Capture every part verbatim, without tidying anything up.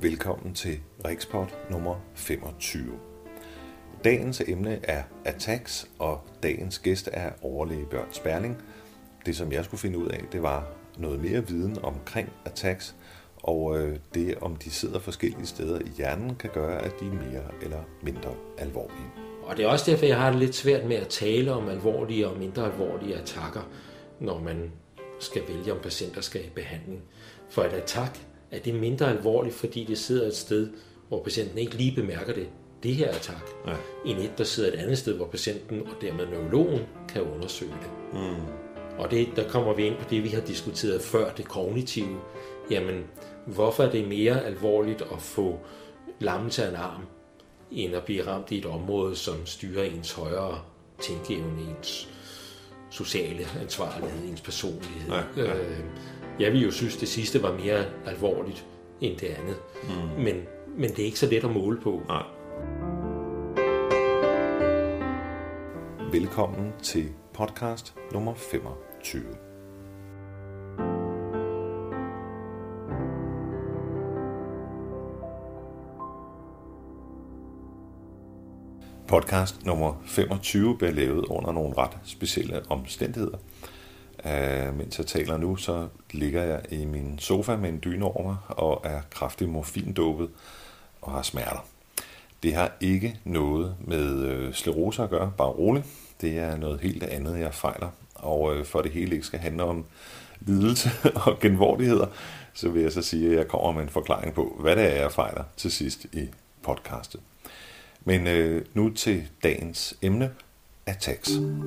Velkommen til Rikspot nummer femogtyve. Dagens emne er attacks, og dagens gæst er overlæge Bjørn Sperling. Det, som jeg skulle finde ud af, det var noget mere viden omkring attacks, og det, om de sidder forskellige steder i hjernen, kan gøre, at de er mere eller mindre alvorlige. Og det er også derfor, jeg har det lidt svært med at tale om alvorlige og mindre alvorlige attacker, når man skal vælge, om patienter skal i behandling. For et attack er det mindre alvorligt, fordi det sidder et sted, hvor patienten ikke lige bemærker det. Det her attack. Ja. End et, der sidder et andet sted, hvor patienten og dermed neurologen kan undersøge det. Mm. Og det, der kommer vi ind på det, vi har diskuteret før, det kognitive. Jamen, hvorfor er det mere alvorligt at få lammelse af en arm, end at blive ramt i et område, som styrer ens højere tænkeevne, ens sociale ansvarlighed, ens personlighed. Ja, ja. Øh, jeg vil jo synes, det sidste var mere alvorligt end det andet. Mm. Men, men det er ikke så let at måle på. Nej. Velkommen til podcast nummer femogtyve. Podcast nummer femogtyve bliver lavet under nogle ret specielle omstændigheder. Uh, mens jeg taler nu, så ligger jeg i min sofa med en dyne over mig og er kraftigt morfindåbet og har smerter. Det har ikke noget med uh, sklerose at gøre, bare roligt. Det er noget helt andet, jeg fejler. Og uh, for det hele ikke skal handle om lidelse og genvordigheder, så vil jeg så sige, at jeg kommer med en forklaring på, hvad det er, jeg fejler til sidst i podcastet. Men øh, nu til dagens emne, attacks.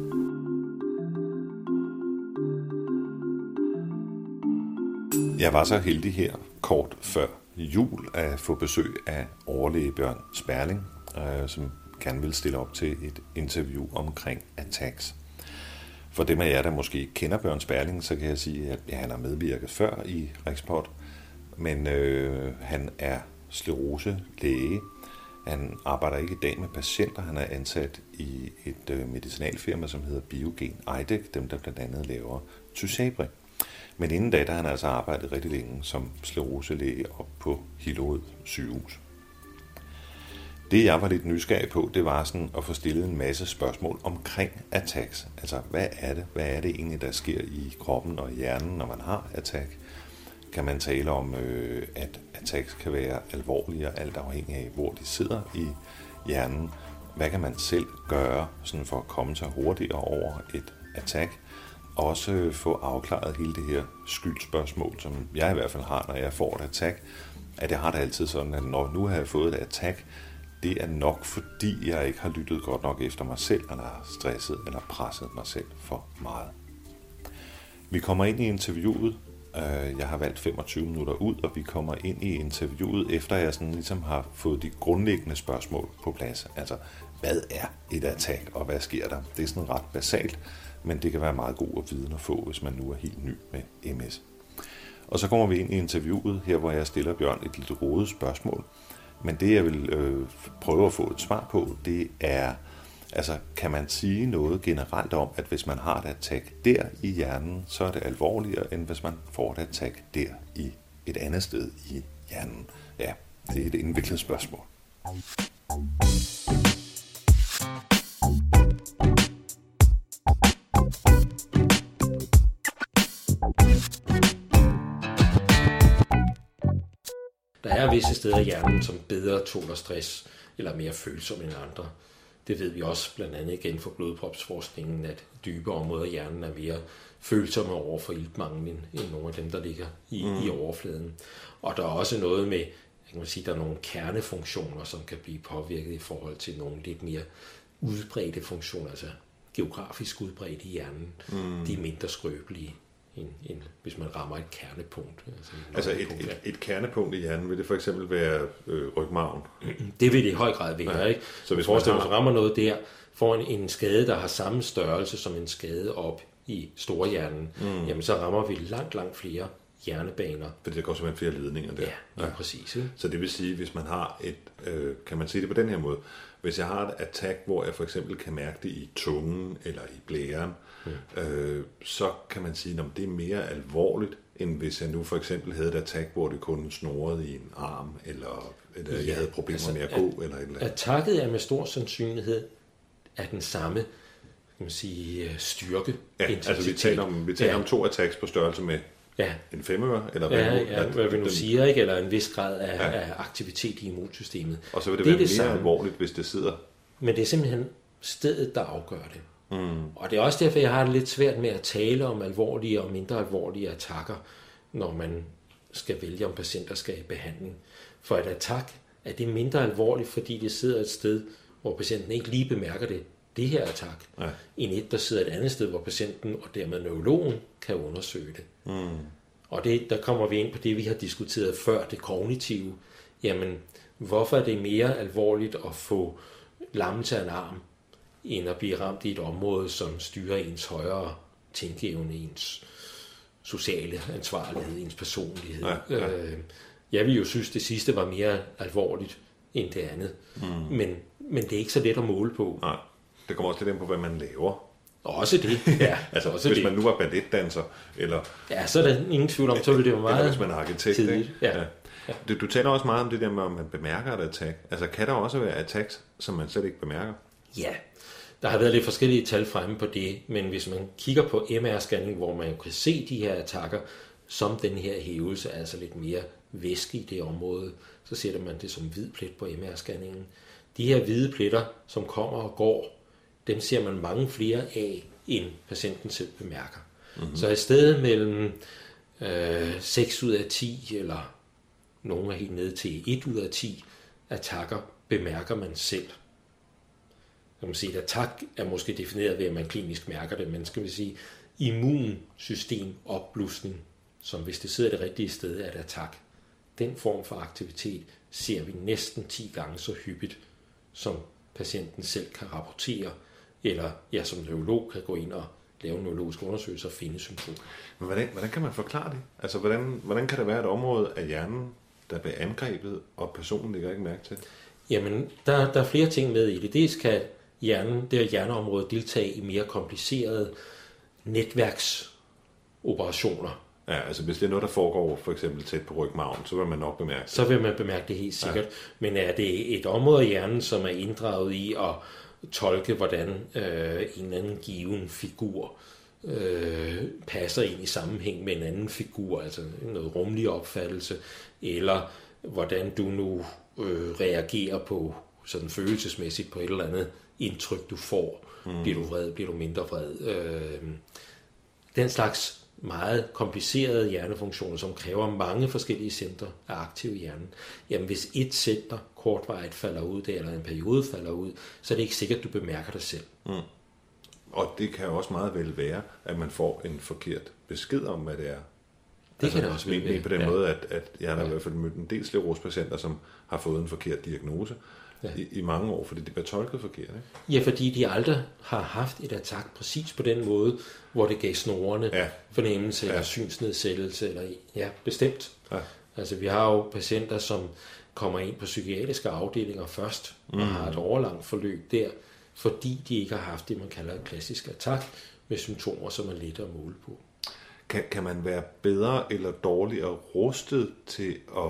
Jeg var så heldig her kort før jul at få besøg af overlæge Bjørn Sperling, øh, som gerne vil stille op til et interview omkring attacks. For dem af jer, der måske kender Bjørn Sperling, så kan jeg sige, at ja, han har medvirket før i Rikspot, men øh, han er skleroselæge. Han arbejder ikke i dag med patienter. Han er ansat i et øh, medicinalfirma, som hedder Biogen Idec, dem der blandt andet laver Tysabri. Men inden da, der har han altså arbejdet rigtig længe som skleroselæge op på Hillerød sygehus. Det jeg var lidt nysgerrig på, det var sådan at få stillet en masse spørgsmål omkring attacks. Altså, hvad er det? Hvad er det egentlig, der sker i kroppen og hjernen, når man har attack? Kan man tale om, øh, at attacks kan være alvorlige, alt afhængig af, hvor de sidder i hjernen. Hvad kan man selv gøre sådan for at komme sig hurtigere over et attack? Også øh, få afklaret hele det her skyldspørgsmål, som jeg i hvert fald har, når jeg får et attack. At jeg har det altid sådan, at når nu har jeg fået et attack, det er nok fordi, jeg ikke har lyttet godt nok efter mig selv, eller har stresset eller presset mig selv for meget. Vi kommer ind i interviewet. Jeg har valgt femogtyve minutter ud, og vi kommer ind i interviewet, efter jeg sådan ligesom har fået de grundlæggende spørgsmål på plads. Altså, hvad er et attack, og hvad sker der? Det er sådan ret basalt, men det kan være meget god at vide at få, hvis man nu er helt ny med M S. Og så kommer vi ind i interviewet, her hvor jeg stiller Bjørn et lidt rodet spørgsmål. Men det, jeg vil øh, prøve at få et svar på, det er, altså, kan man sige noget generelt om, at hvis man har et attack der i hjernen, så er det alvorligere, end hvis man får et attack der i et andet sted i hjernen? Ja, det er et indviklet spørgsmål. Der er visse steder i hjernen, som bedre tåler stress eller er mere følsomme end andre. Det ved vi også blandt andet igen fra blodpropsforskningen, at dybe områder af hjernen er mere følsomme over for iltmangel end nogle af dem, der ligger i, mm. i overfladen. Og der er også noget med, jeg kan sige, der er nogle kernefunktioner, som kan blive påvirket i forhold til nogle lidt mere udbredte funktioner, altså geografisk udbredte i hjernen. Mm. De er mindre skrøbelige, end, end hvis man rammer et kernepunkt. Altså, altså et, punkt, ja. et, et kernepunkt i hjernen, vil det for eksempel være øh, rygmarven? Det vil det i høj grad være, ja. Ikke? Så hvis man har... rammer noget der, får en, en skade, der har samme størrelse som en skade op i storhjernen, mm. jamen så rammer vi langt, langt flere hjernebaner. Fordi der går simpelthen flere ledninger der. Ja, ja. præcis. Ikke? Så det vil sige, hvis man har et, øh, kan man sige det på den her måde, hvis jeg har et attack, hvor jeg for eksempel kan mærke det i tungen eller i blæren, mm. øh, så kan man sige, at det er mere alvorligt, end hvis jeg nu for eksempel havde et attack, hvor det kun snorede i en arm, eller, eller ja, jeg havde problemer altså, med at gå, at, eller et eller andet. Attacket er med stor sandsynlighed af den samme kan man sige, styrke. Ja, altså vi taler om, vi taler ja. om to attacks på størrelse med ja. en femøre, eller hvad, ja, nu, ja, hvad vi nu den, siger, ikke? Eller en vis grad af, ja. af aktivitet i immunsystemet. Og så vil det, det være det mere samme. alvorligt, hvis det sidder. Men det er simpelthen stedet, der afgør det. Mm. Og det er også derfor, jeg har det lidt svært med at tale om alvorlige og mindre alvorlige attacker, når man skal vælge, om patienter skal i behandling. For et attack er det mindre alvorligt, fordi det sidder et sted, hvor patienten ikke lige bemærker det, det her attack, ja. end et, der sidder et andet sted, hvor patienten og dermed neurologen kan undersøge det. Mm. Og det, der kommer vi ind på det, vi har diskuteret før, det kognitive. Jamen, hvorfor er det mere alvorligt at få lammelse af en arm, end at blive ramt i et område, som styrer ens højere tænkeevne, ens sociale ansvarlighed, ens personlighed. Ja, ja. Øh, jeg vil jo synes, det sidste var mere alvorligt end det andet. Mm. Men, men det er ikke så let at måle på. Nej, det kommer også lidt ind på, hvad man laver. Også det, ja. altså, også hvis det. man nu var balletdanser, eller... Ja, så er der ingen tvivl om, så vil det jo meget... Eller hvis man er arkitekt, ikke? Ja. Ja. Ja. Du, du taler også meget om det der med, om man bemærker et attack. Altså, kan der også være attacks, som man slet ikke bemærker? Ja, der har været lidt forskellige tal fremme på det, men hvis man kigger på M R-scanning, hvor man jo kan se de her attacker, som den her hævelse, altså lidt mere væske i det område, så ser man det som hvid plet på M R-scanningen. De her hvide pletter, som kommer og går, dem ser man mange flere af, end patienten selv bemærker. Mm-hmm. Så i stedet mellem øh, seks ud af ti, eller nogle er helt nede til et ud af ti attacker, bemærker man selv. Kan man sige, at attack er måske defineret ved, at man klinisk mærker det, men skal vi sige, immunsystemopblusning, som hvis det sidder det rigtige sted, er et attack. Den form for aktivitet ser vi næsten ti gange så hyppigt, som patienten selv kan rapportere, eller jeg som neurolog kan gå ind og lave en neurologisk undersøgelse og finde symptomer. Men hvordan, hvordan kan man forklare det? Altså, hvordan, hvordan kan det være et område af hjernen, der bliver angrebet, og personen lægger ikke mærke til det? Jamen, der, der er flere ting med i det. Dels kan hjernen, det her hjerneområde, deltage i mere komplicerede netværksoperationer. Ja, altså hvis det er noget, der foregår for eksempel tæt på rygmarven, så vil man nok bemærke det. Så vil man bemærke det helt sikkert. Ja. Men er det et område af hjernen, som er inddraget i at tolke, hvordan øh, en eller anden given figur øh, passer ind i sammenhæng med en anden figur, altså noget rumlig opfattelse, eller hvordan du nu øh, reagerer på sådan følelsesmæssigt på et eller andet indtryk, du får. Mm. Bliver du vred, bliver du mindre vred. Øh, den slags meget komplicerede hjernefunktioner, som kræver mange forskellige centre er aktive i hjernen. Jamen hvis et center kortvarigt falder ud, der, eller en periode falder ud, så er det ikke sikkert, at du bemærker dig selv. Mm. Og det kan også meget vel være, at man får en forkert besked om, hvad det er. Det altså, kan det også være. På den ja. måde, at, at jeg har ja. i hvert fald mødt en del sklerosepatienter, som har fået en forkert diagnose ja. i, i mange år, fordi det bliver tolket forkert. Ikke? Ja, fordi de aldrig har haft et attack præcis på den måde, hvor det gav snorene ja. fornemmelse ja. eller synsnedsættelse, eller ja, bestemt. Ja. Altså vi har jo patienter, som kommer ind på psykiatriske afdelinger først, mm. og har et overlangt forløb der, fordi de ikke har haft det, man kalder et klassisk attack, med symptomer, som er lettere at måle på. Kan, kan man være bedre eller dårligere rustet til at,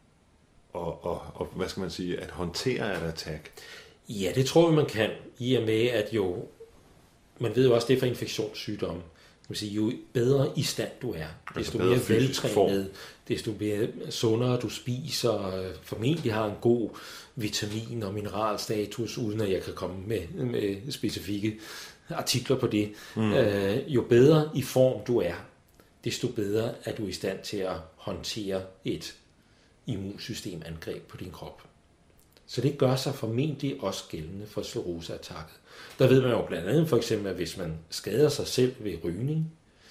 og, og, og, hvad skal man sige, at håndtere et attack? Ja, det tror vi, man kan, i og med, at jo, man ved jo også, det er for infektionssygdomme. Jo bedre i stand du er, desto mere veltrænet, desto mere sundere du spiser, formentlig har en god vitamin- og mineralstatus, uden at jeg kan komme med, med specifikke artikler på det. Mm. Øh, jo bedre i form du er, desto bedre er du i stand til at håndtere et immunsystemangreb på din krop. Så det gør sig formentlig også gældende for skleroseattacket. Der ved man jo blandt andet for eksempel, at hvis man skader sig selv ved rygning,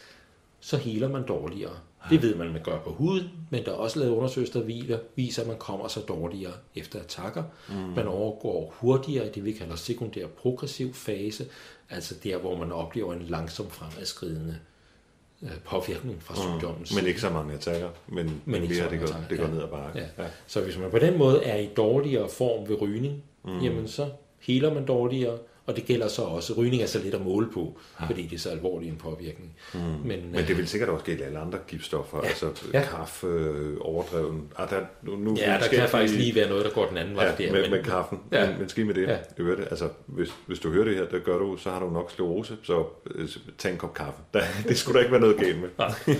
så heler man dårligere. Det ved man, man gør på huden, men der er også lavet undersøgelser, der viser, at man kommer så dårligere efter attacker. Mm. Man overgår hurtigere i det, vi kalder sekundær progressiv fase, altså der, hvor man oplever en langsom fremadskridende påvirkning fra sygdommen. Mm. Men ikke så mange attacker, men, men, men mere, det går, det går ja. ned ad bakke. Ja. Ja. Så hvis man på den måde er i dårligere form ved rygning, mm. jamen så heler man dårligere, Og det gælder så også, rygning er så lidt at måle på, ja. fordi det er så alvorlig en påvirkning. Mm. Men, Men det vil sikkert også gælde alle andre giftstoffer, ja. altså ja. kaffe, øh, overdreven. Ah, der, nu, nu ja, der kan faktisk lige være noget, der går den anden vej. Ja, der, med, men, med kaffen, ja. men, men skidt med det. Ja. Det altså, hvis, hvis du hører det her, det gør du, så har du nok sklerose, så øh, tag en kop kaffe. Der, det skulle der ikke være noget galt med.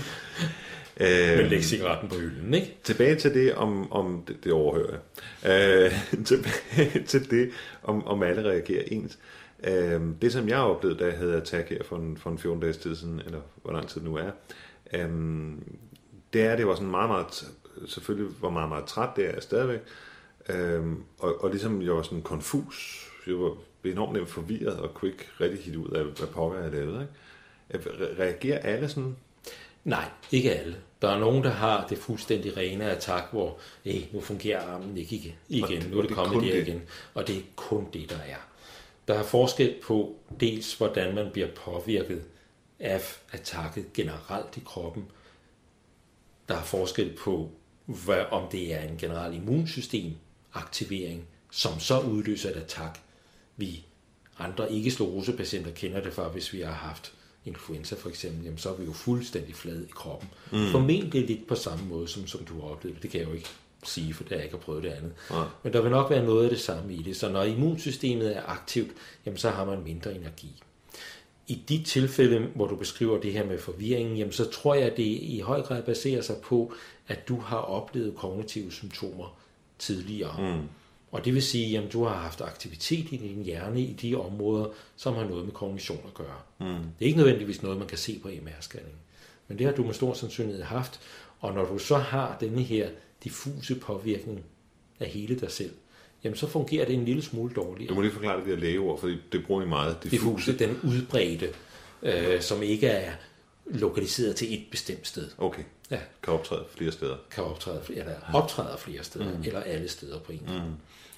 Øh, Men læg cigaretten på hylden, ikke? Tilbage til det om, om det, det overhører jeg. Øh, tilbage til det om, om alle reagerer ens. Øh, det som jeg oplevede, da jeg havde attack her for en, for en fjorten dages tid siden, eller hvor lang tid det nu er, øh, det er, det var sådan meget, meget, selvfølgelig var meget, meget træt, det er jeg stadigvæk, øh, og, og ligesom jeg var sådan konfus, jeg var enormt nemt forvirret, og kunne ikke rigtig hitte ud af, hvad pokker jeg lavede, ikke? Reagerer alle sådan? Nej, ikke alle. Der er nogen, der har det fuldstændig rene attack, hvor hey, nu fungerer armen ikke igen, nu er det, det kommet der igen. Og det er kun det, der er. Der er forskel på dels, hvordan man bliver påvirket af attacket generelt i kroppen. Der er forskel på, hvad, om det er en generel immunsystem-aktivering, som så udløser et attack. Vi andre ikke-sklerosepatienter kender det fra, hvis vi har haft influenza for eksempel, jamen, så er vi jo fuldstændig flade i kroppen. Mm. Formentlig lidt på samme måde, som, som du har oplevet. Det kan jeg jo ikke sige, for det jeg ikke har prøvet det andet. Ja. Men der vil nok være noget af det samme i det. Så når immunsystemet er aktivt, jamen, så har man mindre energi. I de tilfælde, hvor du beskriver det her med forvirringen, jamen, så tror jeg, at det i høj grad baserer sig på, at du har oplevet kognitive symptomer tidligere. Mm. Og det vil sige, at du har haft aktivitet i din hjerne i de områder, som har noget med kognition at gøre. Mm. Det er ikke nødvendigvis noget, man kan se på M R-scanning. Men det har du med stor sandsynlighed haft. Og når du så har denne her diffuse påvirkning af hele dig selv, jamen så fungerer det en lille smule dårligere. Du må lige forklare det der lægeord, for det bruger I meget. Diffuse, diffuse den udbredte, øh, som ikke er lokaliseret til et bestemt sted. Okay. Ja. Kan optræde flere steder. Kan optræde, eller optræder flere steder, mm. eller alle steder på en gang. Mm.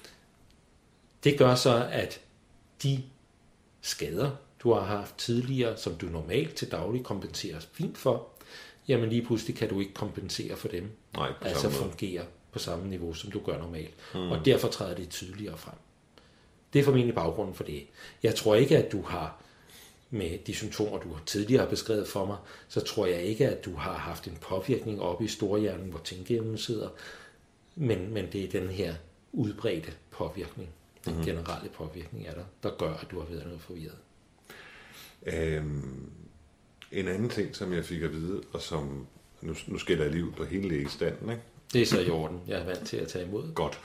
Det gør så, at de skader, du har haft tidligere, som du normalt til daglig kompenseres fint for, jamen lige pludselig kan du ikke kompensere for dem. Nej, altså fungere på samme niveau, som du gør normalt. Mm. Og derfor træder det tydeligere frem. Det er formentlig baggrunden for det. Jeg tror ikke, at du har, med de symptomer, du tidligere har beskrevet for mig, så tror jeg ikke, at du har haft en påvirkning oppe i storhjernen, hvor tænkeevnen sidder, men, men det er den her udbredte påvirkning, den mm-hmm. generelle påvirkning af dig, der gør, at du har været noget forvirret. Øhm, en anden ting, som jeg fik at vide, og som nu, nu skælder jeg lige ud på hele lægestanden, ikke? Det er så i orden. Jeg er vant til at tage imod. Godt.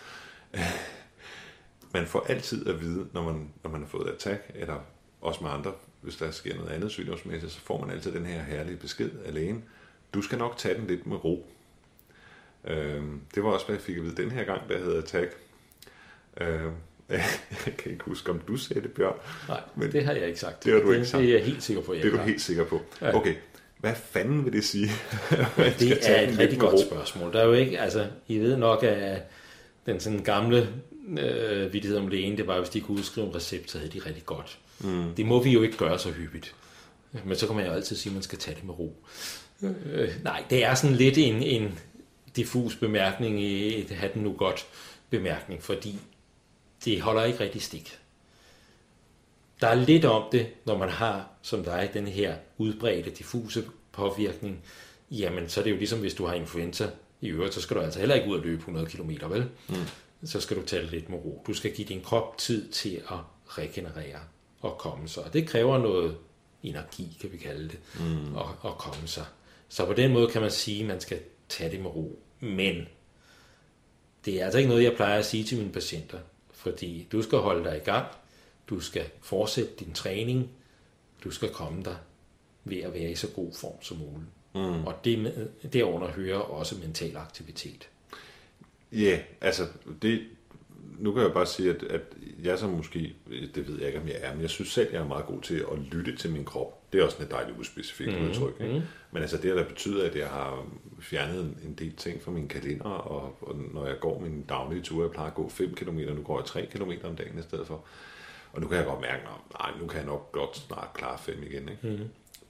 Man får altid at vide, når man, når man har fået et attack, eller også med andre, hvis der sker noget andet sygdomsmæssigt, så får man altid den her herlige besked af lægen. Du skal nok tage den lidt med ro. Øhm, det var også, hvad jeg fik at vide den her gang, der havde attack. Øhm, jeg kan ikke huske, om du sagde det, Bjørn. Nej, men det har jeg ikke sagt. Det har du ikke sagt. Det er jeg helt sikker på, jeg Det er du helt sikker på. Ja. Okay, hvad fanden vil det sige? Det er et rigtig godt spørgsmål. Der er jo ikke, altså, I ved nok, at den sådan gamle øh, vittighed om lægen, det var, hvis de kunne udskrive en recept, så havde de rigtig godt. Mm. Det må vi jo ikke gøre så hyppigt. Men så kan man jo altid sige, at man skal tage det med ro. Øh, nej, det er sådan lidt en, en diffus bemærkning i et have den nu godt bemærkning, fordi det holder ikke rigtig stik. Der er lidt om det, når man har, som der er den her udbredte, diffuse påvirkning, jamen så er det jo ligesom, hvis du har influenza i øvrigt, så skal du altså heller ikke ud og løbe hundrede kilometer, vel? Mm. Så skal du tage det lidt med ro. Du skal give din krop tid til at regenerere og komme sig. Og det kræver noget energi, kan vi kalde det, mm. at, at komme sig. Så på den måde kan man sige, at man skal tage det med ro. Men det er altså ikke noget, jeg plejer at sige til mine patienter, fordi du skal holde dig i gang, du skal fortsætte din træning, du skal komme dig ved at være i så god form som muligt. Mm. Og det, derunder hører også mental aktivitet. Ja, yeah, altså det, nu kan jeg bare sige, at, at jeg så måske, det ved jeg ikke, om jeg er, men jeg synes selv, jeg er meget god til at lytte til min krop. Det er også et dejligt uspecifikt mm. udtryk. Ikke? Mm. Men altså det, der betyder, at jeg har fjernet en del ting fra mine kalender, og, og når jeg går mine daglige ture, jeg plejer at gå fem kilometer, nu går jeg tre kilometer om dagen i stedet for. Og nu kan jeg godt mærke, at nej, nu kan jeg nok godt snart klare fem igen. Ikke? Mm.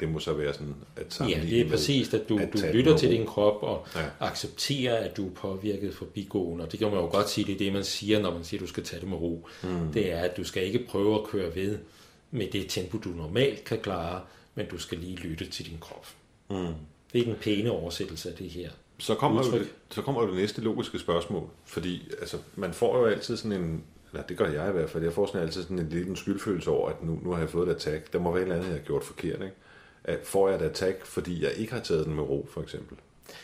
det må så være sådan at sammenligne. Ja, det er præcis, at du, at du lytter til ro. din krop og ja. accepterer, at du er påvirket forbigående. Og det kan man jo godt sige, det er det, man siger, når man siger, at du skal tage det med ro. Mm. Det er, at du skal ikke prøve at køre ved med det tempo, du normalt kan klare, men du skal lige lytte til din krop. Mm. Det er den pæne oversættelse af det her. Så kommer, jo det, så kommer jo det næste logiske spørgsmål, fordi altså, man får jo altid sådan en, eller det gør jeg i hvert fald, jeg får sådan altid sådan en lille skyldfølelse over, at nu, nu har jeg fået et attack. Der må være et eller andet, jeg har gjort forkert, ikke? At får jeg et attack, fordi jeg ikke har taget den med ro, for eksempel?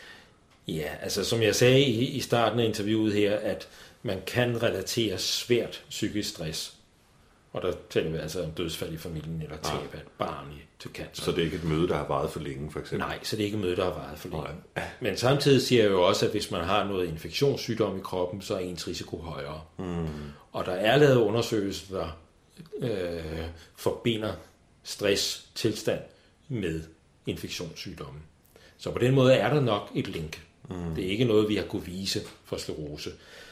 Ja, altså som jeg sagde i, i starten af interviewet her, at man kan relatere svært psykisk stress. Og der taler vi altså om dødsfald i familien, eller tab af et barn i, til cancer. Så det er ikke et møde, der har varet for længe, for eksempel? Nej, så det er ikke et møde, der har varet for længe. Nej. Men samtidig siger jeg jo også, at hvis man har noget infektionssygdom i kroppen, så er ens risiko højere. Mm. Og der er lavet undersøgelser, der øh, forbinder stress-tilstand med infektionssygdomme. Så på den måde er der nok et link. Mm. Det er ikke noget, vi har kunnet vise for sklerose.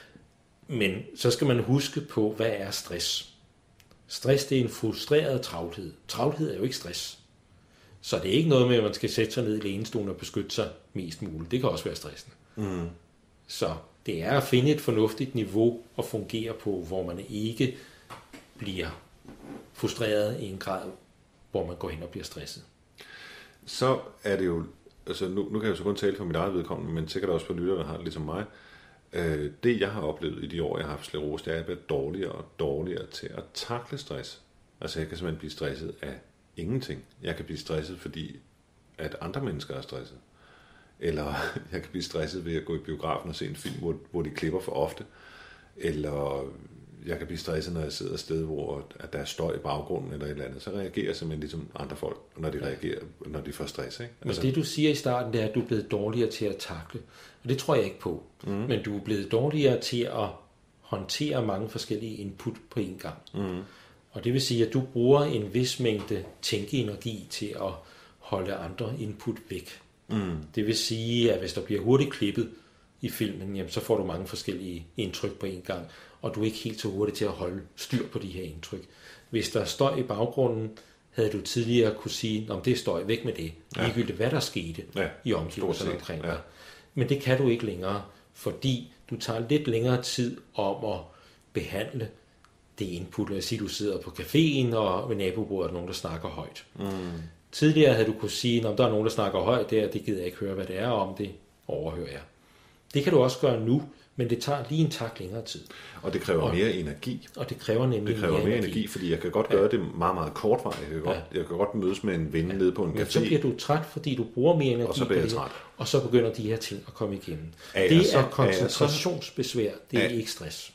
Men så skal man huske på, hvad er stress? Stress, det er en frustreret travlhed. Travlhed er jo ikke stress. Så det er ikke noget med, at man skal sætte sig ned i lænestolen og beskytte sig mest muligt. Det kan også være stressende. Mm. Så det er at finde et fornuftigt niveau at fungere på, hvor man ikke bliver frustreret i en grad, hvor man går hen og bliver stresset. Så er det jo, altså nu, nu kan jeg jo så kun tale for mit eget vedkommende, men sikkert også for lytter, der har det ligesom mig. Øh, det jeg har oplevet i de år, jeg har haft sklerose, det er, at jeg bliver dårligere og dårligere til at takle stress. Altså jeg kan simpelthen blive stresset af ingenting. Jeg kan blive stresset, fordi at andre mennesker er stresset. Eller jeg kan blive stresset ved at gå i biografen og se en film, hvor, hvor de klipper for ofte. Eller jeg kan blive stresset, når jeg sidder et sted, hvor at der er støj i baggrunden eller et eller andet. Så reagerer jeg simpelthen ligesom andre folk, når de reagerer, når de får stress. Ikke? Altså, men det du siger i starten, det er, at du er blevet dårligere til at takle. Og det tror jeg ikke på. Mm. Men du er blevet dårligere til at håndtere mange forskellige input på en gang. Mm. Og det vil sige, at du bruger en vis mængde tænkeenergi til at holde andre input væk. Mm. Det vil sige, at hvis der bliver hurtigt klippet i filmen, jamen, så får du mange forskellige indtryk på en gang, og du er ikke helt så hurtig til at holde styr på de her indtryk. Hvis der er støj i baggrunden, havde du tidligere kunne sige, om det er støj, væk med det. Ligegyldigt hvad der skete ja, i omgivelserne omkring dig. Ja. Men det kan du ikke længere, fordi du tager lidt længere tid om at behandle det input. Lad os sige, du sidder på caféen, og ved nabobordet er der nogen, der snakker højt. Mm. Tidligere havde du kunne sige, om der er nogen, der snakker højt der, det gider jeg ikke høre, hvad det er om, det overhører jeg. Det kan du også gøre nu, men det tager lige en tak længere tid. Og det kræver og, mere energi. Og det kræver nemlig det kræver mere, mere energi. energi, fordi jeg kan godt gøre ja. det meget, meget kortvarigt. Jeg kan, ja. godt, jeg kan godt mødes med en ven ja. nede på en café. Men så bliver du træt, fordi du bruger mere energi. Og så bliver jeg træt. Og så begynder de her ting at komme igennem. Er det så, er koncentrationsbesvær, det er ja. ikke stress.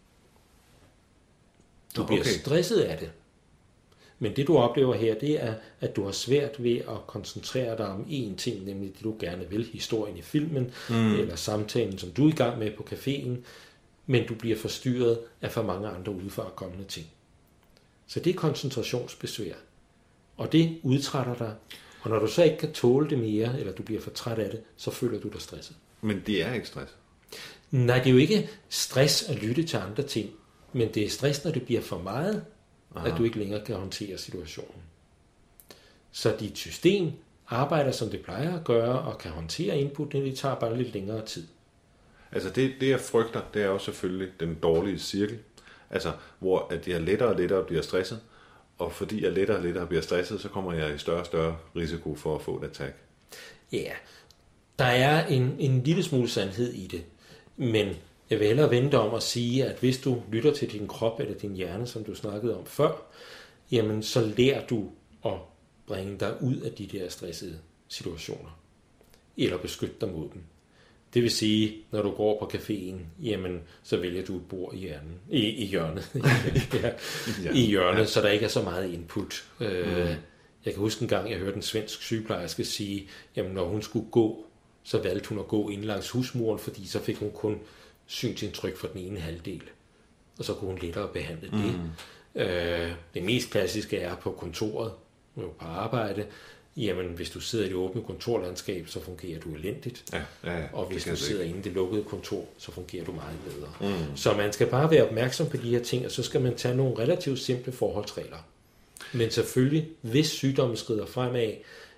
Du bliver okay. stresset af det. Men det du oplever her, det er, at du har svært ved at koncentrere dig om én ting, nemlig det du gerne vil, historien i filmen, mm. eller samtalen, som du er i gang med på caféen, men du bliver forstyrret af for mange andre udefra kommende ting. Så det er koncentrationsbesvær. Og det udtrætter dig. Og når du så ikke kan tåle det mere, eller du bliver for træt af det, så føler du dig stresset. Men det er ikke stress? Nej, det er jo ikke stress at lytte til andre ting, men det er stress, når det bliver for meget, Aha. at du ikke længere kan håndtere situationen. Så dit system arbejder, som det plejer at gøre, og kan håndtere input, men det tager bare lidt længere tid. Altså det, det jeg frygter, det er jo selvfølgelig den dårlige cirkel, altså hvor at jeg lettere og lettere bliver stresset, og fordi jeg lettere og lettere bliver stresset, så kommer jeg i større og større risiko for at få et attack. Ja, der er en, en lille smule sandhed i det, men jeg vil hellere vente om at sige, at hvis du lytter til din krop eller din hjerne, som du snakkede om før, jamen så lærer du at bringe dig ud af de der stressede situationer, eller beskytte dig mod dem. Det vil sige, når du går på caféen, jamen så vælger du et bord i hjørnet, i, i hjørnet, ja, i hjørnet, ja. Så der ikke er så meget input. Mm. Jeg kan huske en gang, jeg hørte en svensk sygeplejerske sige, jamen når hun skulle gå, så valgte hun at gå ind langs husmuren, fordi så fik hun kun synsindtryk for den ene halvdel, og så kunne hun lettere behandle det. Mm. Øh, det mest klassiske er på kontoret, på arbejde. Jamen, hvis du sidder i det åbne kontorlandskab, så fungerer du elendigt. Ja, ja, ja, og hvis du sidder inde i det lukkede kontor, så fungerer du meget bedre. Mm. Så man skal bare være opmærksom på de her ting, og så skal man tage nogle relativt simple forholdsregler. Men selvfølgelig, hvis sygdommen skrider fremad,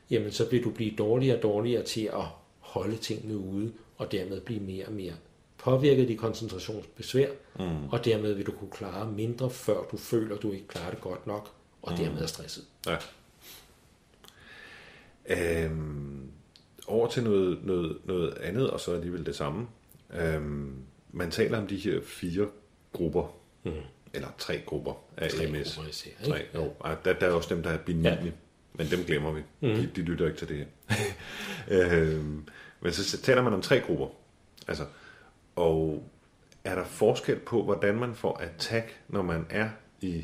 jamen så vil du blive dårligere og dårligere til at holde tingene ude, og dermed blive mere og mere påvirket af de koncentrationsbesvær, mm. og dermed vil du kunne klare mindre, før du føler, at du ikke klarer det godt nok, og mm. dermed er stresset. Ja. Øhm, over til noget, noget, noget andet, og så alligevel det samme. Øhm, man taler om de her fire grupper, mm. eller tre grupper af tre M S. Grupper især, tre, jo. Der, der er også dem, der er benigne, ja. Men dem glemmer vi. Mm. De, de lytter ikke til det her. øhm, men så taler man om tre grupper. Altså, og er der forskel på, hvordan man får attack, når man er i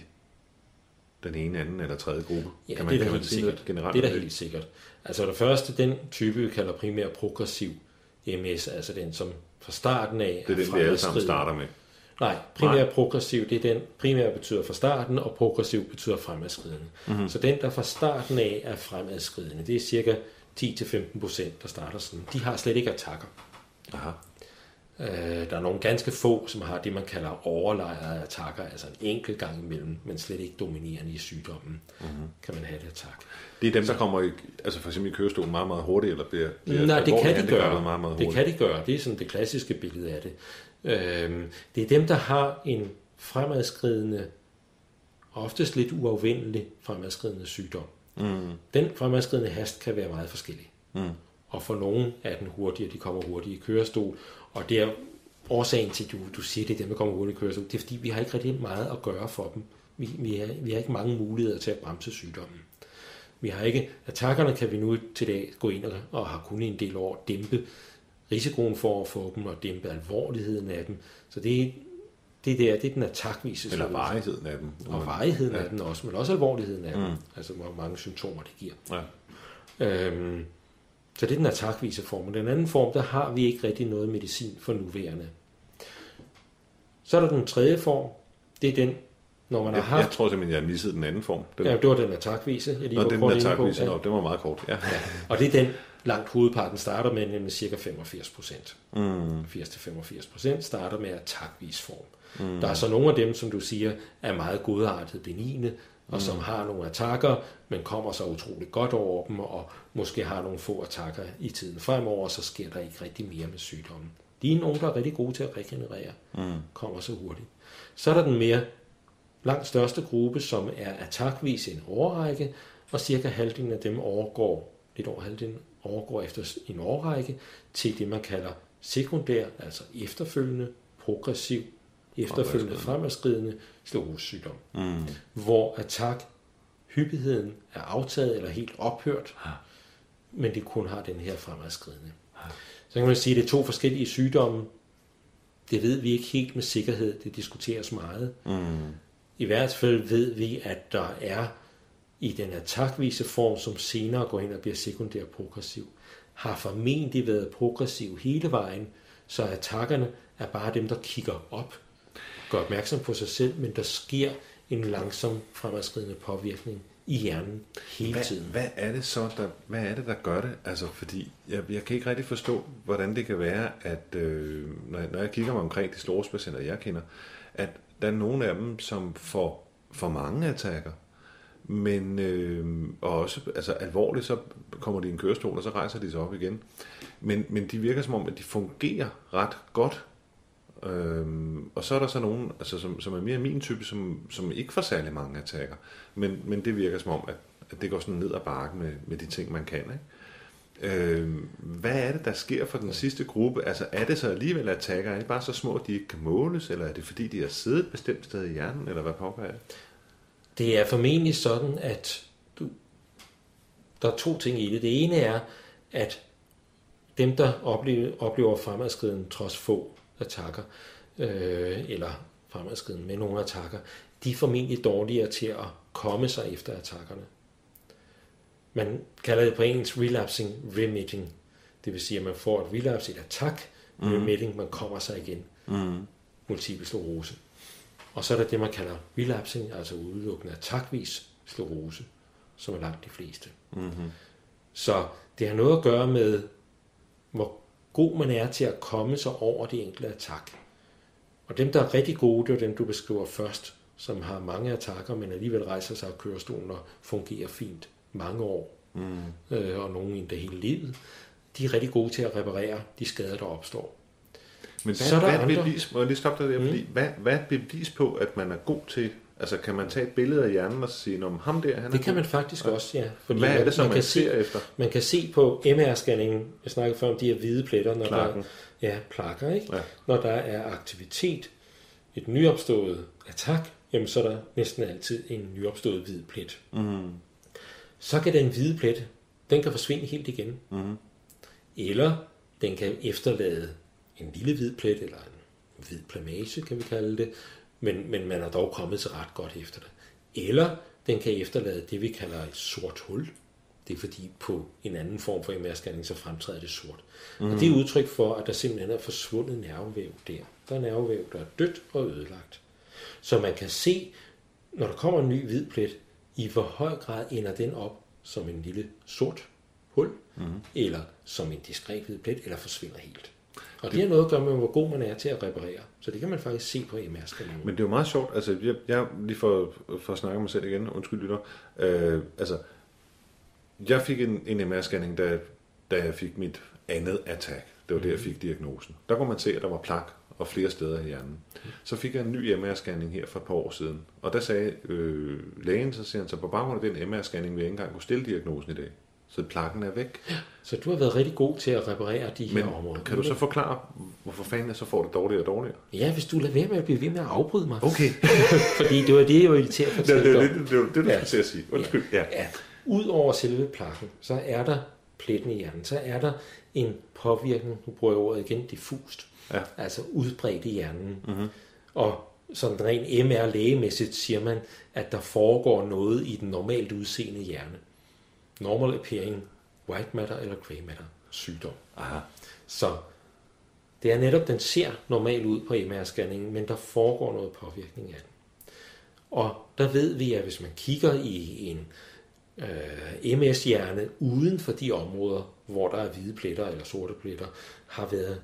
den ene, anden eller tredje gruppe? Ja, kan man, det er kan da man helt sige sikkert. Generelt det er da helt sikkert. Altså det første, den type, vi kalder primær progressiv M S, altså den, som fra starten af... Det er den, vi alle sammen starter med. Nej, primær progressiv, det er den, primær betyder fra starten, og progressiv betyder fremadskridende. Mm-hmm. Så den, der fra starten af er fremadskridende, det er cirka ti til femten procent, der starter sådan. De har slet ikke attacker. Aha. Øh, der er nogle ganske få, som har det, man kalder overlejrede attacker, altså en enkelt gang imellem, men slet ikke dominerende i sygdommen, mm-hmm. kan man have det attack. Det er dem, der kommer i, altså for eksempel i kørestolen meget, meget hurtigt, eller bliver, bliver Nej, det kan de gøre. Meget, meget det kan de gøre. Det er sådan det klassiske billede af det. Øhm, det er dem, der har en fremadskridende, oftest lidt uafvendelig fremadskridende sygdom. Mm. Den fremadskridende hast kan være meget forskellig. Mm. Og for nogen er den hurtigere, de kommer hurtigt i kørestol, og det er årsagen til, at du, du siger, det er dem, der kommer hurtigt i kørestol, det er fordi, vi har ikke rigtig meget at gøre for dem. Vi, vi, har, vi har ikke mange muligheder til at bremse sygdommen. Vi har ikke, attackerne kan vi nu til dag gå ind og, og har kun en del år dæmpe risikoen for at få dem og dæmpe alvorligheden af dem. Så det, det, der, det er den attackvise. Eller varigheden af dem. Og varigheden ja. af dem også, men også alvorligheden af mm. dem. Altså hvor mange symptomer det giver. Ja. Øhm, så det er den attackvise form. Og den anden form, der har vi ikke rigtig noget medicin for nuværende. Så er der den tredje form. Det er den, når man har jeg, haft... Jeg tror simpelthen, jeg missede den anden form. Den... Ja, det var den attackvise. Jeg lige Nå, den attackvise, ja. det var meget kort. Ja. Ja. Og det er den, langt hovedparten starter med, nemlig cirka femogfirs procent. Mm. firs til femogfirs procent starter med attackvis form. Mm. Der er så nogle af dem, som du siger, er meget godartet benigne, og mm. som har nogle attacker, men kommer så utroligt godt over dem, og måske har nogle få attacker i tiden fremover, så sker der ikke rigtig mere med sygdommen. De er nogle, der er rigtig gode til at regenerere, mm. kommer så hurtigt. Så er der den mere langt største gruppe, som er attackvis en årrække, og cirka halvdelen af dem overgår, lidt over halvdelen, overgår efter en årrække til det, man kalder sekundær, altså efterfølgende, progressiv, efterfølgende fremadskridende sklerosesygdom, mm. hvor attack-hyppigheden er aftaget eller helt ophørt, ja. men det kun har den her fremadskridende. Ja. Så kan man sige, at det er to forskellige sygdomme. Det ved vi ikke helt med sikkerhed, det diskuteres meget. Mm. I hvert fald ved vi, at der er i den attackvise form, som senere går ind og bliver sekundær progressiv, har formentlig været progressiv hele vejen, så attackerne er bare dem, der kigger op, gør opmærksom på sig selv, men der sker en langsom fremadskridende påvirkning i hjernen hele hvad, tiden. Hvad er det så, der, hvad er det, der gør det? Altså, fordi jeg, jeg kan ikke rigtig forstå, hvordan det kan være, at øh, når, jeg, når jeg kigger mig omkring de sklerosepatienter, jeg kender, at der er nogle af dem, som får for mange attacker, men øh, og også altså alvorligt, så kommer de i en kørestol, og så rejser de sig op igen. Men, men de virker som om, at de fungerer ret godt. Øhm, og så er der så nogen, altså, som, som er mere min type, som, som ikke får særlig mange attacker. Men, men det virker som om, at, at det går sådan ned ad bakken med, med de ting, man kan. Ikke? Øhm, hvad er det, der sker for den sidste gruppe? Altså er det så alligevel attacker? Er det bare så små, at de ikke kan måles? Eller er det fordi, de har siddet et bestemt sted i hjernen? Eller hvad pågår det? Det er formentlig sådan, at du, der er to ting i det. Det ene er, at dem, der oplever, oplever fremadskriden trods få attacker, øh, eller fremadskriden med nogle attacker, de er formentlig dårligere til at komme sig efter attackerne. Man kalder det på engelsk relapsing remitting. Det vil sige, at man får et relapse, et attack, mm. remitting, man kommer sig igen. Mm. Multiple sklerose. Og så er der det, man kalder relapsing, altså udelukkende attackvis sklerose, som er langt de fleste. Mm-hmm. Så det har noget at gøre med, hvor god man er til at komme sig over de enkelte attack. Og dem, der er rigtig gode, det er dem, du beskriver først, som har mange attacker, men alligevel rejser sig af kørestolen og fungerer fint mange år mm. øh, og nogle endda hele livet. De er rigtig gode til at reparere de skader, der opstår. Men hvad, hvad er et bevis, må jeg lige stoppe dig der, mm. fordi, hvad, hvad er et bevis på, at man er god til, altså kan man tage et billede af hjernen og sige, om ham der, han er Det kan god? man faktisk også, ja. Fordi hvad er det, som man, man ser se, efter? Man kan se på M R-scanningen, jeg snakkede før om de her hvide pletter, når Plakken. der, ja, plakker, ikke? Ja. Når der er aktivitet, et nyopstået attack, jamen så er der næsten altid en nyopstået hvid plet. Mm. Så kan den hvide plet, den kan forsvinde helt igen. Mm. Eller den kan efterlade en lille hvid plet, eller en hvid plamage, kan vi kalde det, men, men man er dog kommet til ret godt efter det. Eller den kan efterlade det, vi kalder et sort hul. Det er fordi på en anden form for M R-scanning, så fremtræder det sort. Mm. Og det er udtryk for, at der simpelthen er forsvundet nervevæv der. Der er nervevæv, der er dødt og ødelagt. Så man kan se, når der kommer en ny hvid plet, i hvor høj grad ender den op som en lille sort hul, mm. eller som en diskret hvid plet, eller forsvinder helt. Og det har noget at gøre med, hvor god man er til at reparere. Så det kan man faktisk se på M R-scanningen. Men det er jo meget sjovt, altså jeg, jeg lige for, for at snakke mig selv igen, undskyld lytter, øh, altså jeg fik en, en M R-scanning, da, da jeg fik mit andet attack. Det var mm. der, jeg fik diagnosen. Der kunne man se, at der var plak og flere steder i hjernen. Mm. Så fik jeg en ny M R-scanning her for et par år siden. Og der sagde øh, lægen, så siger han, så på baggrund af den M R-scanning vil jeg ikke engang kunne stille diagnosen i dag. Så plakken er væk. Ja, så du har været rigtig god til at reparere de her Men områder. Kan du så forklare, hvorfor fanden jeg så får det dårligere og dårligere? Ja, hvis du lader være med at blive ved med at afbryde mig. Okay. Fordi det var det, jeg var irriteret for. Det, det, det, det, det, det du skal til at sige. Undskyld. Ja. Ja. Ja. Udover selve plakken, så er der pletten i hjernen. Så er der en påvirkning, nu bruger jeg ordet igen, diffust. Ja. Altså udbredt i hjernen. Mm-hmm. Og sådan rent M R-lægemæssigt siger man, at der foregår noget i den normalt udseende hjerne. Normal appearing white matter eller grey matter sygdom. Aha. Så det er netop, den ser normalt ud på M R-scanningen, men der foregår noget påvirkning af den. Og der ved vi, at hvis man kigger i en øh, M S-hjerne uden for de områder, hvor der er hvide pletter eller sorte pletter, har været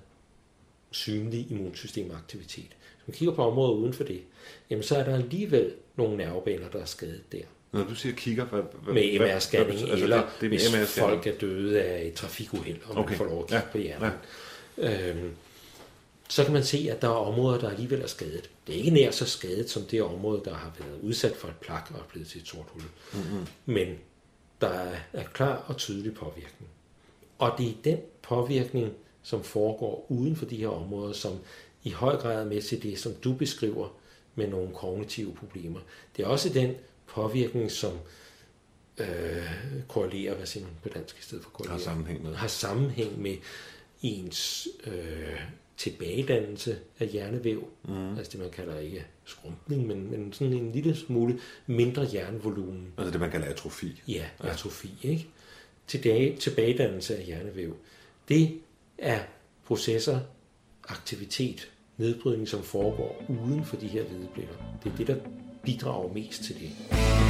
synlig immunsystemaktivitet. Hvis man kigger på områder uden for det, jamen så er der alligevel nogle nervebaner, der er skadet der. Når du siger kigger, hvad, hvad, med M R-scanning, altså, eller det, det hvis M R-scanning. folk er døde af et trafikuheld, og man Okay. får lov at kigge Ja. på hjernen. Ja. Øhm, så kan man se, at der er områder, der alligevel er skadet. Det er ikke nær så skadet, som det område, der har været udsat for et plak og er blevet til et sort hul. Mm-hmm. Men der er, er klar og tydelig påvirkning. Og det er den påvirkning, som foregår uden for de her områder, som i høj grad er med til det, som du beskriver med nogle kognitive problemer. Det er også den påvirkning, som øh, korrelerer, hvad siger man på dansk i stedet for korrelerer? Har sammenhæng med. Har sammenhæng med ens øh, tilbagedannelse af hjernevæv. Mm. Altså det, man kalder ikke skrumpning, men, men sådan en lille smule mindre hjernevolumen. Altså det, man kalder atrofi. Ja, atrofi, ikke? Tilbage, tilbagedannelse af hjernevæv. Det er processer, aktivitet, nedbrydning, som foregår uden for de her hvide pletter. Det er det, der bidrager mest til det.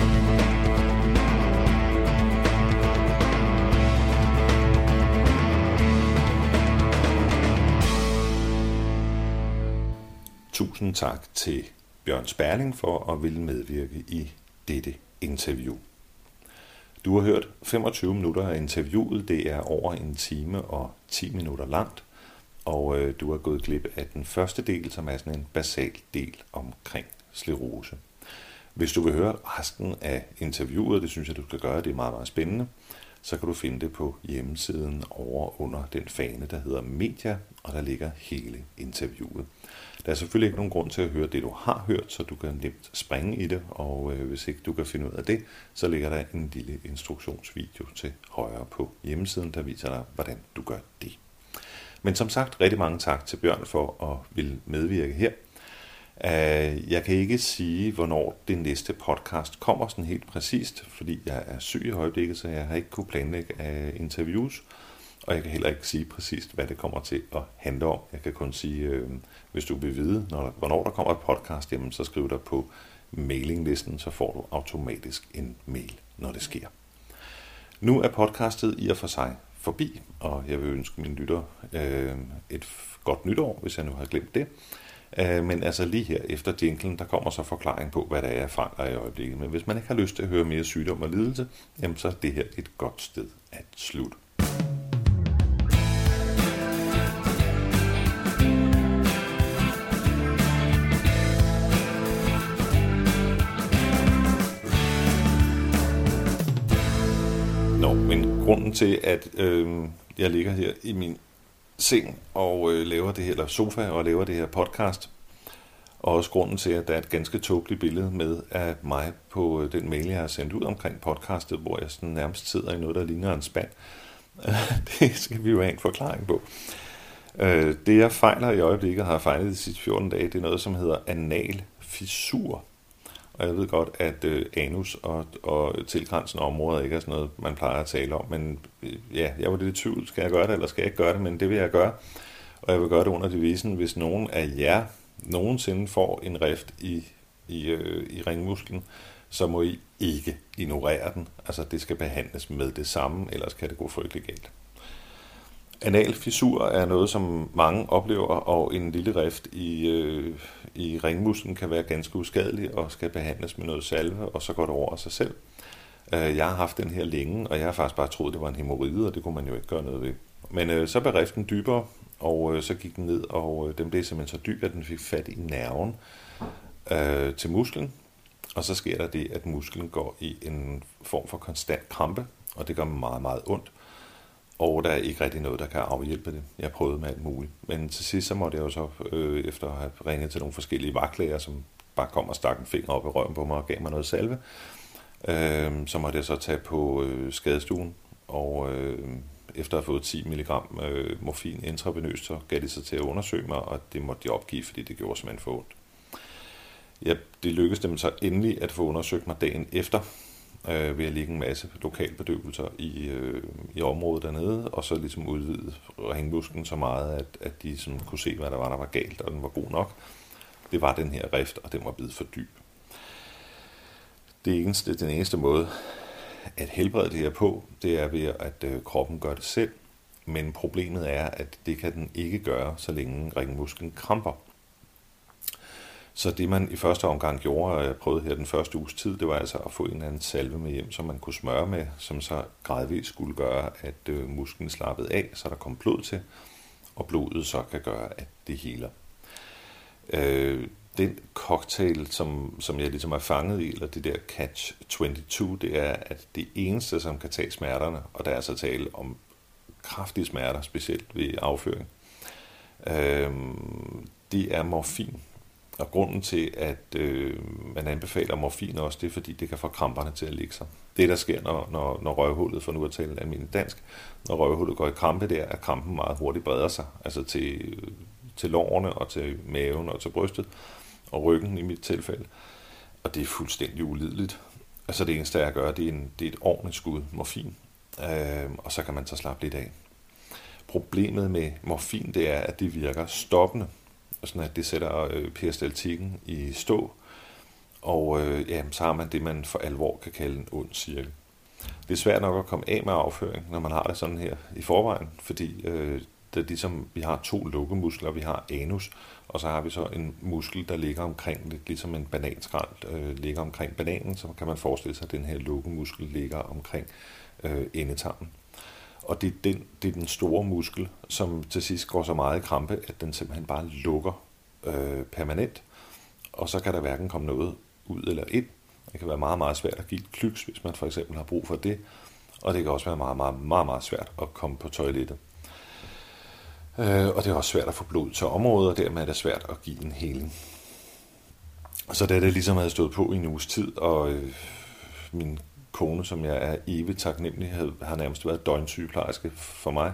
Tusind tak til Bjørn Sperling for at ville medvirke i dette interview. Du har hørt femogtyve minutter af interviewet. Det er over en time og ti minutter langt. Og øh, du har gået glip af den første del, som er sådan en basal del omkring sklerose. Hvis du vil høre resten af interviewet, det synes jeg, du skal gøre, det er meget, meget spændende, så kan du finde det på hjemmesiden over under den fane, der hedder Media, og der ligger hele interviewet. Der er selvfølgelig ikke nogen grund til at høre det, du har hørt, så du kan nemt springe i det, og øh, hvis ikke du kan finde ud af det, så ligger der en lille instruktionsvideo til højre på hjemmesiden, der viser dig, hvordan du gør det. Men som sagt, rigtig mange tak til Bjørn for at ville medvirke her. Jeg kan ikke sige, hvornår det næste podcast kommer sådan helt præcist, fordi jeg er syg i øjeblikket, så jeg har ikke kunnet planlægge interviews. Og jeg kan heller ikke sige præcist, hvad det kommer til at handle om. Jeg kan kun sige, øh, hvis du vil vide, når der, hvornår der kommer et podcast, jamen, så skriv dig på mailinglisten, så får du automatisk en mail, når det sker. Nu er podcastet i og for sig forbi, og jeg vil ønske mine lytter øh, et godt nytår, hvis jeg nu har glemt det. Øh, men altså lige her efter jinglen, der kommer så forklaring på, hvad der er fejler i øjeblikket. Men hvis man ikke har lyst til at høre mere sygdom og lidelse, jamen så er det her et godt sted at slutte. Nå, men grunden til, at øh, jeg ligger her i min seng og øh, laver det her, eller sofa og laver det her podcast, og også grunden til, at der er et ganske tåbeligt billede med af mig på øh, den mail, jeg har sendt ud omkring podcastet, hvor jeg sådan nærmest sidder i noget, der ligner en spand. Det skal vi jo have en forklaring på. Øh, det, jeg fejler i øjeblikket, har jeg fejlet de sidste fjorten dage, det er noget, som hedder anal fissur. Og jeg ved godt, at øh, anus og, og tilgrænsende områder ikke er sådan noget, man plejer at tale om. Men øh, ja, jeg var lidt i tvivl. Skal jeg gøre det, eller skal jeg ikke gøre det? Men det vil jeg gøre. Og jeg vil gøre det under devisen, hvis nogen af jer nogensinde får en rift i, i, øh, i ringmusklen, så må I ikke ignorere den. Altså, det skal behandles med det samme, ellers kan det gå frygtelig galt. Anal fissur er noget, som mange oplever, og en lille rift i, øh, i ringmusklen kan være ganske uskadelig og skal behandles med noget salve, og så går det over af sig selv. Øh, jeg har haft den her længe, og jeg har faktisk bare troet, det var en hæmoride, og det kunne man jo ikke gøre noget ved. Men øh, så blev riften dybere, og øh, så gik den ned, og øh, den blev simpelthen så dyb, at den fik fat i nerven øh, til musklen. Og så sker der det, at musklen går i en form for konstant krampe, og det gør meget, meget ondt. Og der er ikke rigtig noget, der kan afhjælpe det. Jeg har prøvet med alt muligt. Men til sidst så måtte jeg jo så, øh, efter at have ringet til nogle forskellige vagtlæger, som bare kom og stak en finger op i røven på mig og gav mig noget salve, øh, så måtte jeg så tage på øh, skadestuen. Og øh, efter at have fået ti milligram øh, morfin intravenøst, så gav de sig til at undersøge mig, og det måtte de opgive, fordi det gjorde simpelthen for ondt. Ja, det lykkedes dem så endelig at få undersøgt mig dagen efter, øh, ved at lægge en masse lokalbedøvelser i, øh, i området dernede, og så ligesom udvide ringmusklen så meget, at, at de sådan kunne se, hvad der var, der var galt, og den var god nok. Det var den her rift, og den var blevet for dyb. Det eneste, den eneste måde at helbrede det her på, det er ved, at øh, kroppen gør det selv, men problemet er, at det kan den ikke gøre, så længe ringmusklen kramper. Så det man i første omgang gjorde, og jeg prøvede her den første uges tid, det var altså at få en eller anden salve med hjem, som man kunne smøre med, som så gradvist skulle gøre, at øh, musklen slappede af, så der kom blod til, og blodet så kan gøre, at det heler. Øh, den cocktail, som, som jeg ligesom er fanget i, eller det der catch toogtyve, det er, at det eneste, som kan tage smerterne, og der er så tale om kraftige smerter, specielt ved afføring, øh, det er morfin. Og grunden til, at øh, man anbefaler morfin også, det er, fordi det kan få kramperne til at ligge sig. Det, der sker, når, når, når røvhullet, for nu at tale almindeligt dansk, når røvhullet går i krampe, det er, at krampen meget hurtigt breder sig, altså til, til lårene og til maven og til brystet, og ryggen i mit tilfælde. Og det er fuldstændig ulideligt. Altså det eneste, jeg gør, det er, en, det er et ordentligt skud morfin, øh, og så kan man så slappe lidt af. Problemet med morfin, det er, at det virker stoppende, sådan at det sætter øh, peristaltikken i stå, og øh, ja, så har man det, man for alvor kan kalde en ond cirkel. Det er svært nok at komme af med afføring, når man har det sådan her i forvejen, fordi øh, det er ligesom, vi har to lukkemuskler, vi har anus, og så har vi så en muskel, der ligger omkring, lidt ligesom en bananskrald øh, ligger omkring bananen, så kan man forestille sig, at den her lukkemuskel ligger omkring øh, endetarmen. Og det er, den, det er den store muskel, som til sidst går så meget i krampe, at den simpelthen bare lukker øh, permanent. Og så kan der hverken komme noget ud eller ind. Det kan være meget, meget svært at give et klyks, hvis man for eksempel har brug for det. Og det kan også være meget, meget, meget, meget svært at komme på toilettet. Øh, og det er også svært at få blod til området, og dermed er det svært at give en heling. Så da det ligesom havde stået på i en uges tid, og øh, min kone, som jeg er evigt taknemmelig, har nærmest været døgnsygeplejerske for mig.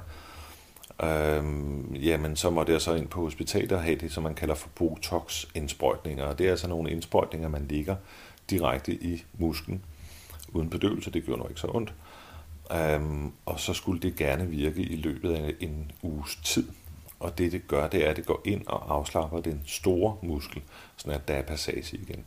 Øhm, jamen, så måtte jeg så ind på hospitalet og have det, som man kalder for Botox-indsprøjtninger. Og det er altså nogle indsprøjtninger, man ligger direkte i musklen, uden bedøvelse. Det gjorde nok ikke så ondt. Øhm, og så skulle det gerne virke i løbet af en uges tid. Og det, det gør, det er, at det går ind og afslapper den store muskel, sådan at der er passage igen.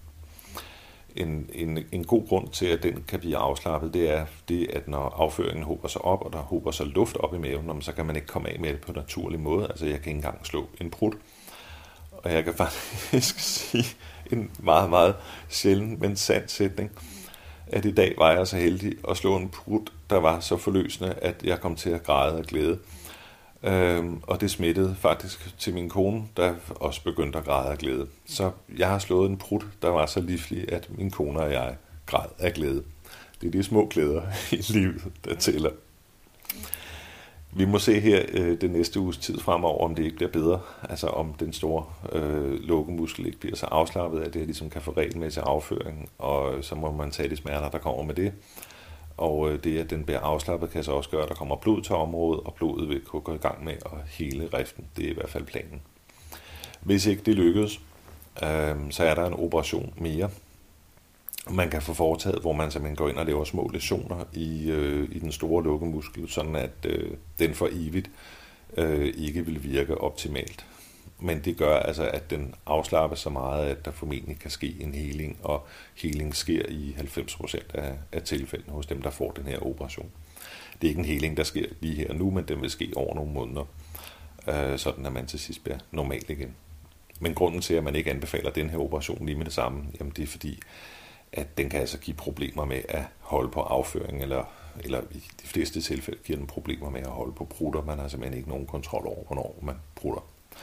En, en, en god grund til, at den kan blive afslappet, det er det, at når afføringen hober sig op, og der hober sig luft op i maven, så kan man ikke komme af med det på en naturlig måde. Altså jeg kan ikke engang slå en prut. Og jeg kan faktisk sige en meget, meget sjælden, men sand sætning, at i dag var jeg så heldig at slå en prut, der var så forløsende, at jeg kom til at græde af glæde. Øhm, og det smittede faktisk til min kone, der også begyndte at græde af glæde. Så jeg har slået en prut, der var så livlig, at min kone og jeg græd af glæde. Det er de små glæder i livet, der tæller. Vi må se her øh, det næste uges tid fremover, om det ikke bliver bedre. Altså om den store øh, lukkemuskel ikke bliver så afslappet, at det ligesom kan få regelmæssig afføring, og så må man tage de smerter, der kommer med det. Og øh, det, at den bliver afslappet, kan så også gøre, at der kommer blod til området, og blodet vil kunne gå i gang med at hele riften. Det er i hvert fald planen. Hvis ikke det lykkes, øh, så er der en operation mere, man kan få foretaget, hvor man simpelthen går ind og laver små læsioner i, øh, i den store lukkemuskel, sådan at øh, den for evigt øh, ikke vil virke optimalt. Men det gør altså, at den afslapper så meget, at der formentlig kan ske en heling, og heling sker i halvfems procent af, af tilfældene hos dem, der får den her operation. Det er ikke en heling, der sker lige her nu, men den vil ske over nogle måneder, øh, sådan at man til sidst bliver normal igen. Men grunden til, at man ikke anbefaler den her operation lige med det samme, jamen det er fordi, at den kan altså give problemer med at holde på afføring, eller, eller i de fleste tilfælde giver den problemer med at holde på prutter. Man har simpelthen ikke nogen kontrol over, hvornår man prutter.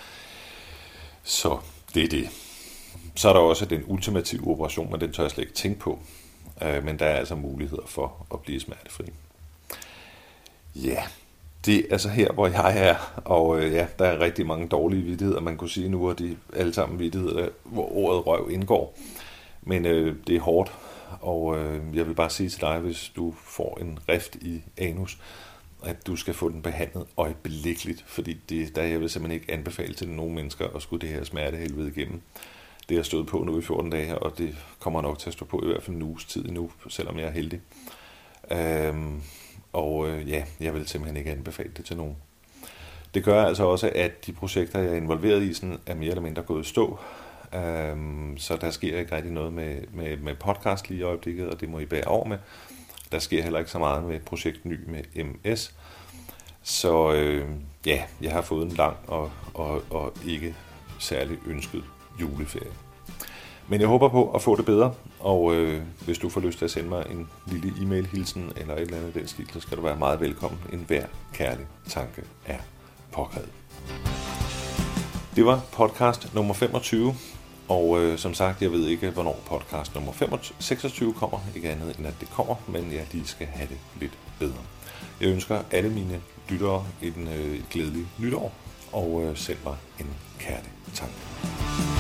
Så det er det. Så er der også den ultimative operation, men den tør jeg slet ikke tænke på. Men der er altså muligheder for at blive smertefri. Ja, det er så her, hvor jeg er. Og ja, der er rigtig mange dårlige vittigheder, man kunne sige nu, og de alle sammen vittigheder, hvor ordet røv indgår. Men øh, det er hårdt, og øh, jeg vil bare sige til dig, hvis du får en rift i anus, at du skal få den behandlet øjeblikkeligt, fordi det, der jeg vil simpelthen ikke anbefale til nogen mennesker at skulle det her smertehelvede igennem. Det har stået på nu i fjorten dage, og det kommer nok til at stå på i hvert fald en uges tid endnu, selvom jeg er heldig. Øhm, og øh, ja, jeg vil simpelthen ikke anbefale det til nogen. Det gør altså også, at de projekter, jeg er involveret i, sådan, er mere eller mindre gået i stå. Um, så der sker ikke rigtig noget med, med, med podcast lige i øjeblikket, og det må I bære over med. Der sker heller ikke så meget med projekt ny med M S. Så øh, ja, jeg har fået en lang og, og, og ikke særlig ønsket juleferie. Men jeg håber på at få det bedre, og øh, hvis du får lyst til at sende mig en lille e-mail-hilsen eller et eller andet den stil, så skal du være meget velkommen. En hver kærlig tanke er påkrævet. Det var podcast nummer femogtyve, og øh, som sagt, jeg ved ikke, hvornår podcast nummer seksogtyve kommer, ikke andet end at det kommer, men ja, de skal have det lidt bedre. Jeg ønsker alle mine lyttere en øh, glædelig nytår, og øh, send mig en kærlig tanke.